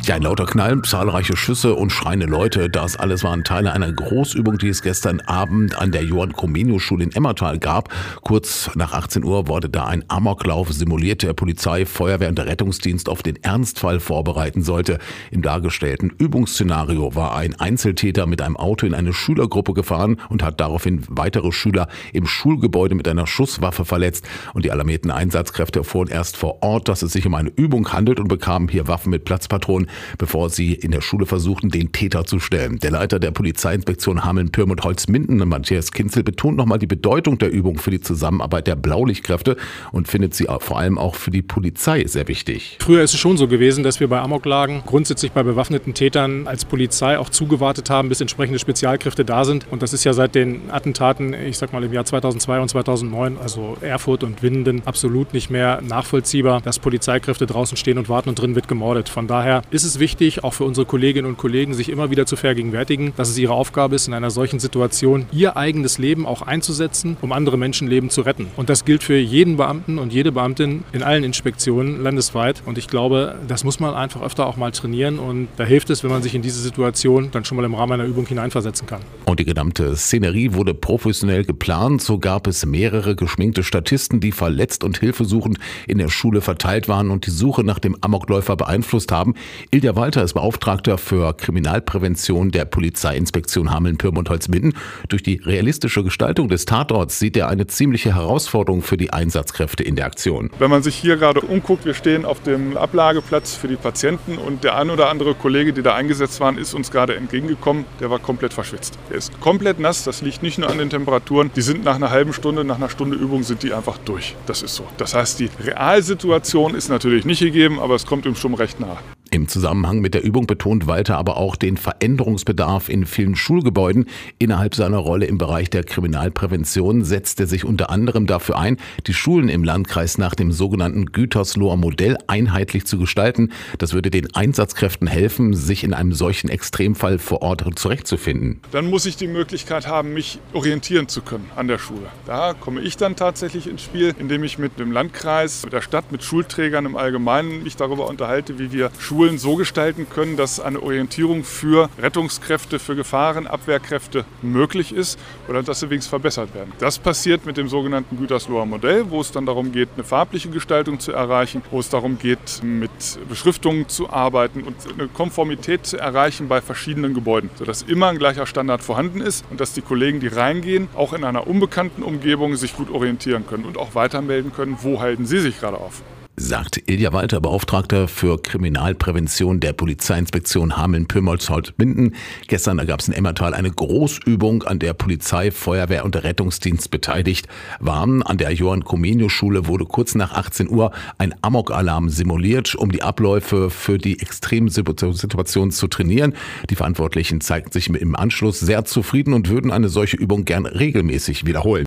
Ja, ein lauter Knall, zahlreiche Schüsse und schreiende Leute, das alles waren Teile einer Großübung, die es gestern Abend an der Johann-Comenius-Schule in Emmertal gab. Kurz nach 18 Uhr wurde da ein Amoklauf simuliert, der Polizei, Feuerwehr und der Rettungsdienst auf den Ernstfall vorbereiten sollte. Im dargestellten Übungsszenario war ein Einzeltäter mit einem Auto in eine Schülergruppe gefahren und hat daraufhin weitere Schüler im Schulgebäude mit einer Schusswaffe verletzt. Und die alarmierten Einsatzkräfte erfuhren erst vor Ort, dass es sich um eine Übung handelt und bekamen hier Waffen mit Platzpatronen, bevor sie in der Schule versuchten, den Täter zu stellen. Der Leiter der Polizeiinspektion Hameln-Pyrmont-Holzminden, Matthias Kinzel, betont nochmal die Bedeutung der Übung für die Zusammenarbeit der Blaulichtkräfte und findet sie vor allem auch für die Polizei sehr wichtig. Früher ist es schon so gewesen, dass wir bei Amoklagen grundsätzlich bei bewaffneten Tätern als Polizei auch zugewartet haben, bis entsprechende Spezialkräfte da sind. Und das ist ja seit den Attentaten, ich sag mal im Jahr 2002 und 2009, also Erfurt und Winden, absolut nicht mehr nachvollziehbar, dass Polizeikräfte draußen stehen und warten und drin wird gemordet. Von daher ist es wichtig, auch für unsere Kolleginnen und Kollegen, sich immer wieder zu vergegenwärtigen, dass es ihre Aufgabe ist, in einer solchen Situation ihr eigenes Leben auch einzusetzen, um andere Menschenleben zu retten. Und das gilt für jeden Beamten und jede Beamtin in allen Inspektionen landesweit. Und ich glaube, das muss man einfach öfter auch mal trainieren. Und da hilft es, wenn man sich in diese Situation dann schon mal im Rahmen einer Übung hineinversetzen kann. Und die gesamte Szenerie wurde professionell geplant. So gab es mehrere geschminkte Statisten, die verletzt und hilfesuchend in der Schule verteilt waren und die Suche nach dem Amokläufer beeinflusst haben. Ilja Walter ist Beauftragter für Kriminalprävention der Polizeiinspektion Hameln-Pyrmont-Holzminden. Durch die realistische Gestaltung des Tatorts sieht er eine ziemliche Herausforderung für die Einsatzkräfte in der Aktion. Wenn man sich hier gerade umguckt, wir stehen auf dem Ablageplatz für die Patienten und der ein oder andere Kollege, die da eingesetzt waren, ist uns gerade entgegengekommen. Der war komplett verschwitzt. Der ist komplett nass, das liegt nicht nur an den Temperaturen. Die sind nach einer halben Stunde, nach einer Stunde Übung sind die einfach durch. Das ist so. Das heißt, die Realsituation ist natürlich nicht gegeben, aber es kommt ihm schon recht nahe. Im Zusammenhang mit der Übung betont Walter aber auch den Veränderungsbedarf in vielen Schulgebäuden. Innerhalb seiner Rolle im Bereich der Kriminalprävention setzt er sich unter anderem dafür ein, die Schulen im Landkreis nach dem sogenannten Gütersloher Modell einheitlich zu gestalten. Das würde den Einsatzkräften helfen, sich in einem solchen Extremfall vor Ort zurechtzufinden. Dann muss ich die Möglichkeit haben, mich orientieren zu können an der Schule. Da komme ich dann tatsächlich ins Spiel, indem ich mit dem Landkreis, mit der Stadt, mit Schulträgern im Allgemeinen mich darüber unterhalte, wie wir Schulen so gestalten können, dass eine Orientierung für Rettungskräfte, für Gefahrenabwehrkräfte möglich ist oder dass sie wenigstens verbessert werden. Das passiert mit dem sogenannten Gütersloher Modell, wo es dann darum geht, eine farbliche Gestaltung zu erreichen, wo es darum geht, mit Beschriftungen zu arbeiten und eine Konformität zu erreichen bei verschiedenen Gebäuden, sodass immer ein gleicher Standard vorhanden ist und dass die Kollegen, die reingehen, auch in einer unbekannten Umgebung sich gut orientieren können und auch weitermelden können, wo halten sie sich gerade auf. Sagt Ilja Walter, Beauftragter für Kriminalprävention der Polizeiinspektion Hameln-Pyrmont-Holzminden. Gestern gab es in Emmertal eine Großübung, an der Polizei, Feuerwehr und der Rettungsdienst beteiligt waren. An der Johann-Comenius-Schule wurde kurz nach 18 Uhr ein Amokalarm simuliert, um die Abläufe für die Extremsituation zu trainieren. Die Verantwortlichen zeigten sich im Anschluss sehr zufrieden und würden eine solche Übung gern regelmäßig wiederholen.